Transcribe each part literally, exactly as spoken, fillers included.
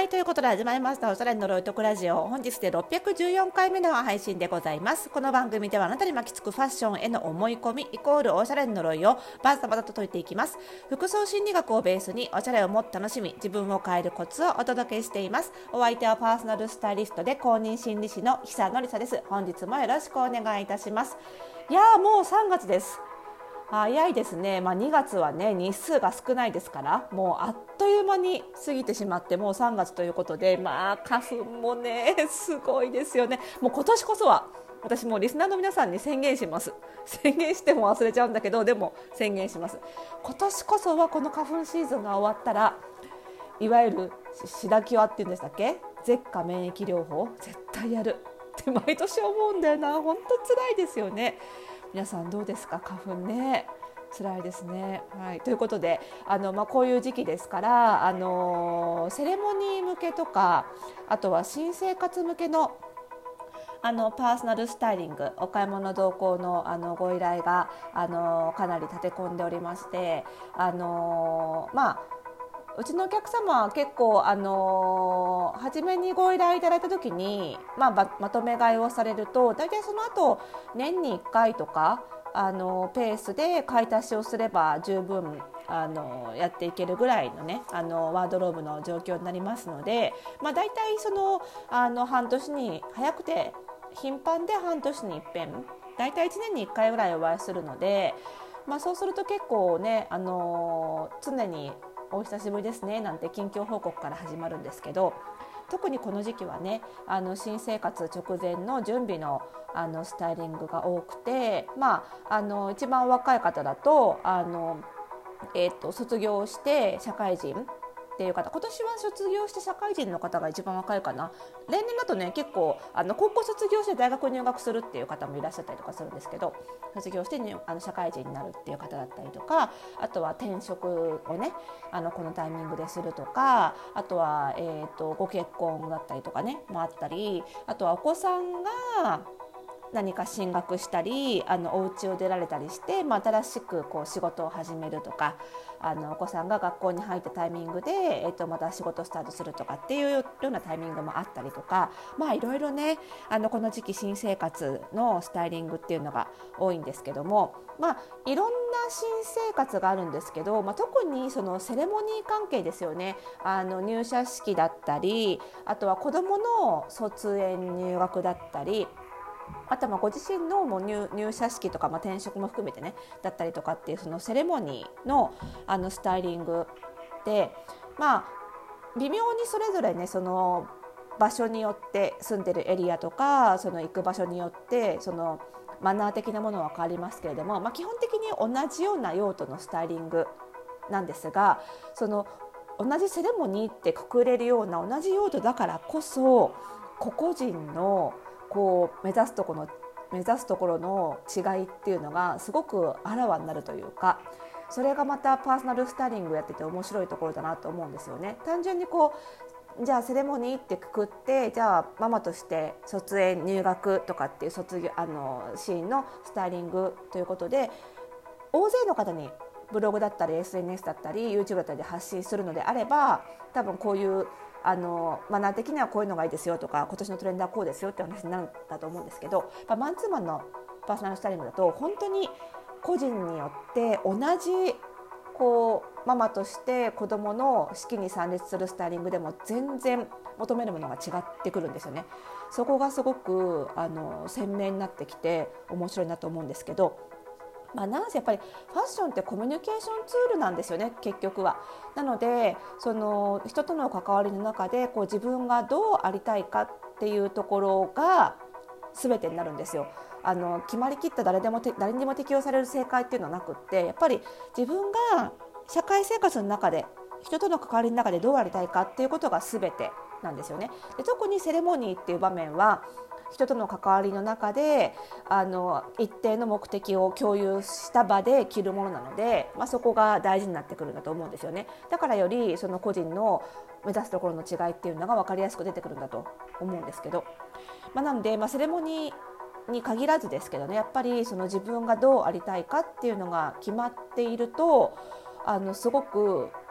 い、ということで始まりましたおしゃれの呪いとくラジオ。本日でろっぴゃくじゅうよんかいめの配信でございます。この番組ではあなたに巻きつくファッションへの思い込みイコールおしゃれの呪いをバタバタと解いていきます。服装心理学をベースにおしゃれをもっと楽しみ、自分を変えるコツをお届けしています。お相手はパーソナルスタイリストで公認心理師の久野里沙です。本日もよろしくお願いいたします。いやーもうさんがつです。早いですね。まあ、にがつはね日数が少ないですから、もうあっという間に過ぎてしまって、もうさんがつということで、まあ花粉もねすごいですよね。もう今年こそは私もリスナーの皆さんに宣言します。宣言しても忘れちゃうんだけど、でも宣言します。今年こそはこの花粉シーズンが終わったら、いわゆるシダキワっていうんでしたっけ、舌下免疫療法絶対やるって毎年思うんだよな。本当辛いですよね。皆さんどうですか、花粉ね。辛いですね。はい、ということであの、まあ、こういう時期ですから、あのセレモニー向けとか、あとは新生活向けのあのパーソナルスタイリング、お買い物同行 の, あのご依頼があのかなり立て込んでおりまして、あのまあうちのお客様は結構、あのー、初めにご依頼いただいた時に、まあ、まとめ買いをされると、大体その後年にいっかいとか、あのー、ペースで買い足しをすれば十分、あのー、やっていけるぐらいのね、あのー、ワードローブの状況になりますので、まあ、大体その、あの半年に、早くて頻繁で半年に一遍、大体いちねんにいっかいぐらいお会いするので、まあ、そうすると結構ね、あのー、常にお久しぶりですねなんて近況報告から始まるんですけど、特にこの時期はね、あの新生活直前の準備の、あのスタイリングが多くて、まあ、あの一番若い方だと、あの、えー、と卒業して社会人っていう方、今年は卒業して社会人の方が一番若いかな。例年だとね、結構あの高校卒業して大学入学するっていう方もいらっしゃったりとかするんですけど、卒業してあの社会人になるっていう方だったりとか、あとは転職をね、あのこのタイミングでするとか、あとは、えー、とご結婚だったりとかねもあったり、あとはお子さんが何か進学したり、あのお家を出られたりして、まあ、新しくこう仕事を始めるとか、あのお子さんが学校に入ったタイミングで、えー、とまた仕事をスタートするとかっていうようなタイミングもあったりとか、まあいろいろね、あのこの時期新生活のスタイリングっていうのが多いんですけども、まあいろんな新生活があるんですけど、まあ、特にそのセレモニー関係ですよね。あの入社式だったり、あとは子どもの卒園入学だったり、あとはまあご自身のもう 入, 入社式とか、まあ、転職も含めてねだったりとかっていう、そのセレモニー の, あのスタイリングで、まあ微妙にそれぞれね、その場所によって、住んでるエリアとかその行く場所によってそのマナー的なものは変わりますけれども、まあ、基本的に同じような用途のスタイリングなんですが、その同じセレモニーってくくれるような同じ用途だからこそ、個々人のこう目指すところの目指すところの違いっていうのがすごくあらわになるというか、それがまたパーソナルスタイリングやってて面白いところだなと思うんですよね。単純にこうじゃあセレモニーってくくって、じゃあママとして卒園入学とかっていう卒業あのシーンのスタイリングということで、大勢の方にブログだったり エスエヌエス だったり YouTube だったりで発信するのであれば、多分こういうあのマナー的にはこういうのがいいですよとか、今年のトレンドはこうですよって話になるんだと思うんですけど、マンツーマンのパーソナルスタイリングだと本当に個人によって同じこうママとして子どもの式に参列するスタイリングでも全然求めるものが違ってくるんですよね。そこがすごくあの鮮明になってきて面白いなと思うんですけど、まあ、なんせやっぱりファッションってコミュニケーションツールなんですよね、結局は。なのでその人との関わりの中でこう自分がどうありたいかっていうところが全てになるんですよ。あの決まりきった誰でも誰にも適用される正解っていうのはなくって、やっぱり自分が社会生活の中で人との関わりの中でどうありたいかっていうことが全てなんですよね。で特にセレモニーっていう場面は人との関わりの中であの一定の目的を共有した場で着るものなので、まあ、そこが大事になってくるんだと思うんですよね。だからよりその個人の目指すところの違いっていうのが分かりやすく出てくるんだと思うんですけど、まあ、なので、まあ、セレモニーに限らずですけどね、やっぱりその自分がどうありたいかっていうのが決まっていると、あのすごく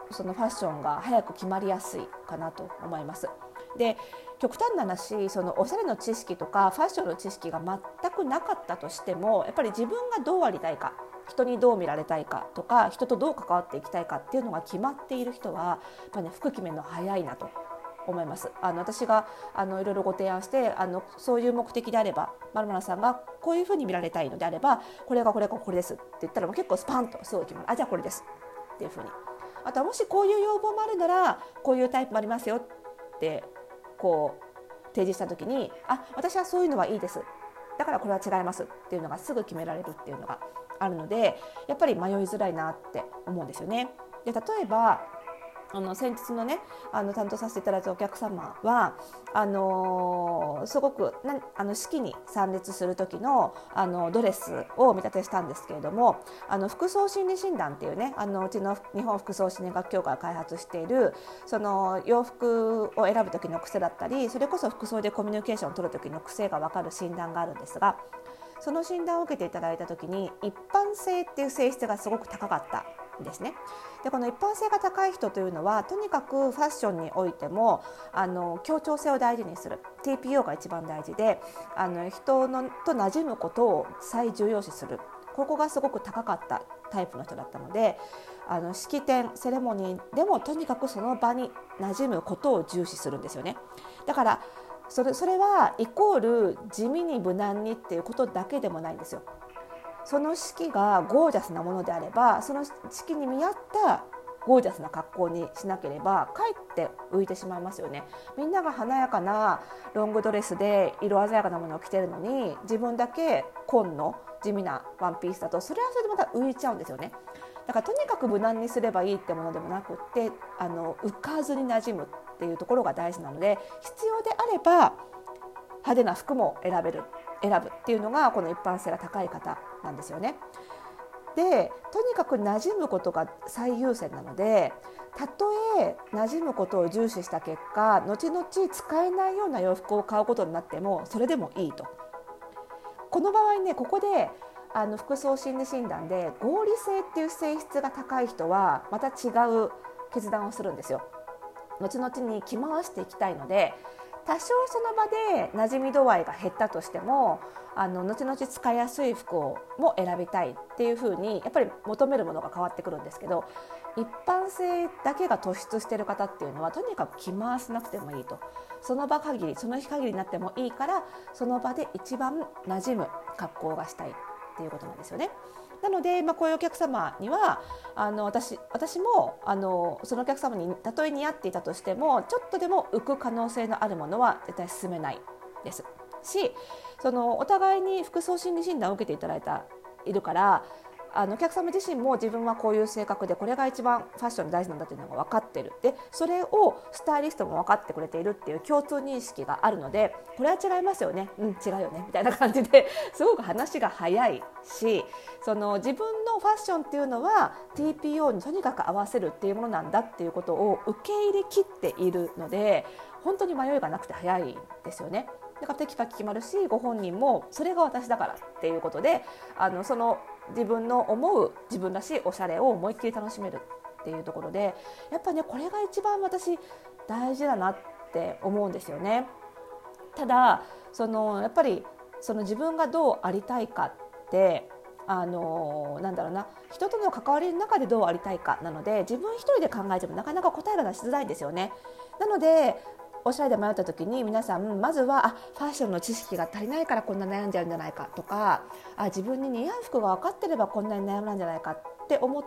そのファッションが早く決まりやすいかなと思います。で極端な話、そのおしゃれの知識とかファッションの知識が全くなかったとしても、やっぱり自分がどうありたいか、人にどう見られたいかとか、人とどう関わっていきたいかっていうのが決まっている人はやっぱ、ね、服決めるの早いなと思います。あの私があのいろいろご提案して、あのそういう目的であれば、まるまるさんがこういうふうに見られたいのであれば、これがこれがこれですって言ったらもう結構スパンとすごい決まる。あ、じゃあこれですっていうふうに。あとはもしこういう要望もあるならこういうタイプもありますよってこう提示した時に、あ、私はそういうのはいいです、だからこれは違いますっていうのがすぐ決められるっていうのがあるので、やっぱり迷いづらいなって思うんですよね。で例えばあの先日のね、あの担当させていただいたお客様はあのー、すごくなあの式に参列する時のあのドレスをお見立てしたんですけれども、あの服装心理診断っていうね、あのうちの日本服装心理学協会が開発しているその洋服を選ぶ時の癖だったり、それこそ服装でコミュニケーションを取る時の癖が分かる診断があるんですが、その診断を受けていただいた時に一般性っていう性質がすごく高かったんですね。でこの一般性が高い人というのは、とにかくファッションにおいてもあの協調性を大事にする ティーピーオー が一番大事で、あの人のと馴染むことを最重要視する、ここがすごく高かったタイプの人だったので、あの式典セレモニーでもとにかくその場に馴染むことを重視するんですよね。だからそれ、それはイコール地味に無難にっていうことだけでもないんですよ。その式がゴージャスなものであれば、その式に見合ったゴージャスな格好にしなければかえって浮いてしまいますよね。みんなが華やかなロングドレスで色鮮やかなものを着てるのに、自分だけ紺の地味なワンピースだと、それはそれでまた浮いちゃうんですよね。だからとにかく無難にすればいいってものでもなくって、あの浮かずに馴染むっていうところが大事なので、必要であれば派手な服も選べる選ぶっていうのがこの一般性が高い方なんですよね。でとにかく馴染むことが最優先なので、たとえ馴染むことを重視した結果、後々使えないような洋服を買うことになってもそれでもいいと。この場合ね、ここであの服装心理診断で合理性っていう性質が高い人はまた違う決断をするんですよ。後々に着回していきたいので、多少その場で馴染み度合いが減ったとしても、あの後々使いやすい服をも選びたいっていう風にやっぱり求めるものが変わってくるんですけど、一般性だけが突出している方っていうのはとにかく着回さなくてもいいと。その場限り、その日限りになってもいいから、その場で一番馴染む格好がしたいっていうことなんですよね。なので、まあ、こういうお客様にはあの 私, 私もあのそのお客様にたとえ似合っていたとしても、ちょっとでも浮く可能性のあるものは絶対勧めないですし、そのお互いに服装心理診断を受けていただいたいるから、あのお客様自身も自分はこういう性格でこれが一番ファッションで大事なんだというのが分かっている。でそれをスタイリストも分かってくれているっていう共通認識があるので、これは違いますよね、うん違うよねみたいな感じですごく話が早いし、その自分のファッションっていうのは ティーピーオー にとにかく合わせるっていうものなんだっていうことを受け入れきっているので、本当に迷いがなくて早いですよね。だからテキパキ決まるし、ご本人もそれが私だからっていうことで、あのその自分の思う自分らしいおしゃれを思いっきり楽しめるっていうところで、やっぱねこれが一番私大事だなって思うんですよね。ただそのやっぱりその自分がどうありたいかってあのなんだろうな人との関わりの中でどうありたいかなので、自分一人で考えてもなかなか答えが出しづらいんですよね。なのでおしゃれで迷った時に皆さんまずはあファッションの知識が足りないからこんな悩んじゃうんじゃないかとか、あ自分に似合う服が分かってればこんなに悩むんじゃないかって思って、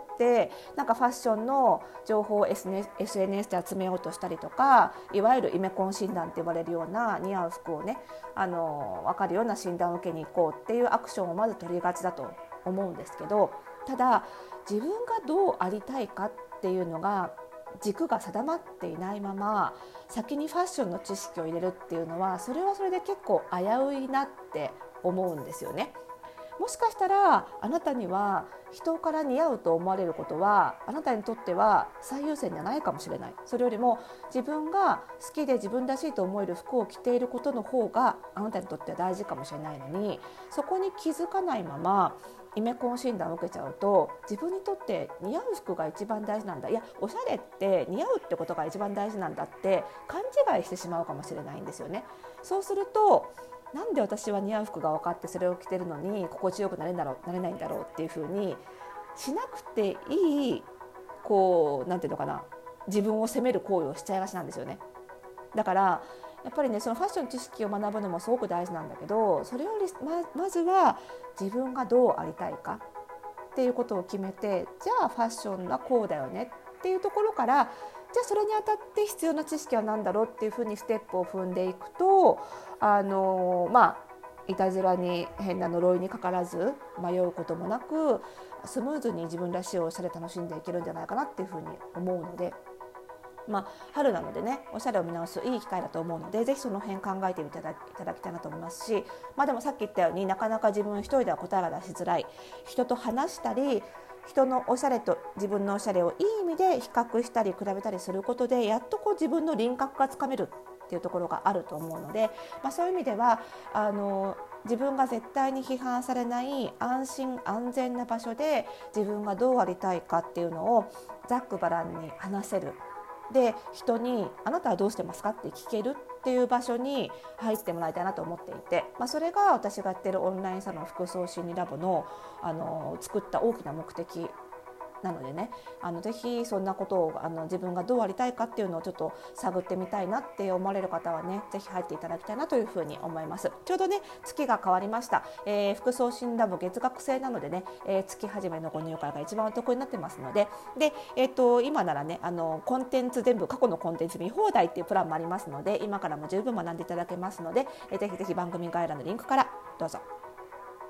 なんかファッションの情報を エスエヌエス で集めようとしたりとか、いわゆるイメコン診断って呼ばれるような似合う服をねあの分かるような診断を受けに行こうっていうアクションをまず取りがちだと思うんですけど、ただ自分がどうありたいかっていうのが軸が定まっていないまま先にファッションの知識を入れるっていうのは、それはそれで結構危ういなって思うんですよね。もしかしたらあなたには人から似合うと思われることはあなたにとっては最優先じゃないかもしれない。それよりも自分が好きで自分らしいと思える服を着ていることの方があなたにとっては大事かもしれないのに、そこに気づかないままイメコン診断を受けちゃうと、自分にとって似合う服が一番大事なんだ、いやおしゃれって似合うってことが一番大事なんだって勘違いしてしまうかもしれないんですよね。そうすると、なんで私は似合う服が分かってそれを着てるのに心地よくなれんだろうなれないんだろうっていう風にしなくていい、こうなんていうのかな、自分を責める行為をしちゃいがちなんですよね。だからやっぱりね、そのファッション知識を学ぶのもすごく大事なんだけど、それより ま, まずは自分がどうありたいかっていうことを決めて、じゃあファッションはこうだよねっていうところから、じゃあそれにあたって必要な知識は何だろうっていうふうにステップを踏んでいくと、あのまあいたずらに変な呪いにかからず迷うこともなく、スムーズに自分らしいおしゃれ楽しんでいけるんじゃないかなっていうふうに思うので、まあ、春なのでね、おしゃれを見直すいい機会だと思うので、ぜひその辺考えていただいただきたいなと思いますし、まあ、でもさっき言ったようになかなか自分一人では答えが出しづらい、人と話したり、人のおしゃれと自分のおしゃれをいい意味で比較したり比べたりすることで、やっとこう自分の輪郭がつかめるっていうところがあると思うので、まあ、そういう意味ではあの自分が絶対に批判されない安心安全な場所で自分がどうありたいかっていうのをざっくばらんに話せる、で人にあなたはどうしてますかって聞けるっていう場所に入ってもらいたいなと思っていて、まあ、それが私がやっているオンラインサロン服装心理ラボの、あの作った大きな目的なのでね、あのぜひそんなことをあの自分がどうありたいかっていうのをちょっと探ってみたいなって思われる方はね、ぜひ入っていただきたいなというふうに思います。ちょうどね月が変わりました、えー、服装診ラボ月額制なのでね、えー、月始めのご入会が一番お得になってますので、で、えー、と今ならねあのコンテンツ全部過去のコンテンツ見放題っていうプランもありますので、今からも十分学んでいただけますので、えー、ぜひぜひ番組概要欄のリンクからどうぞ。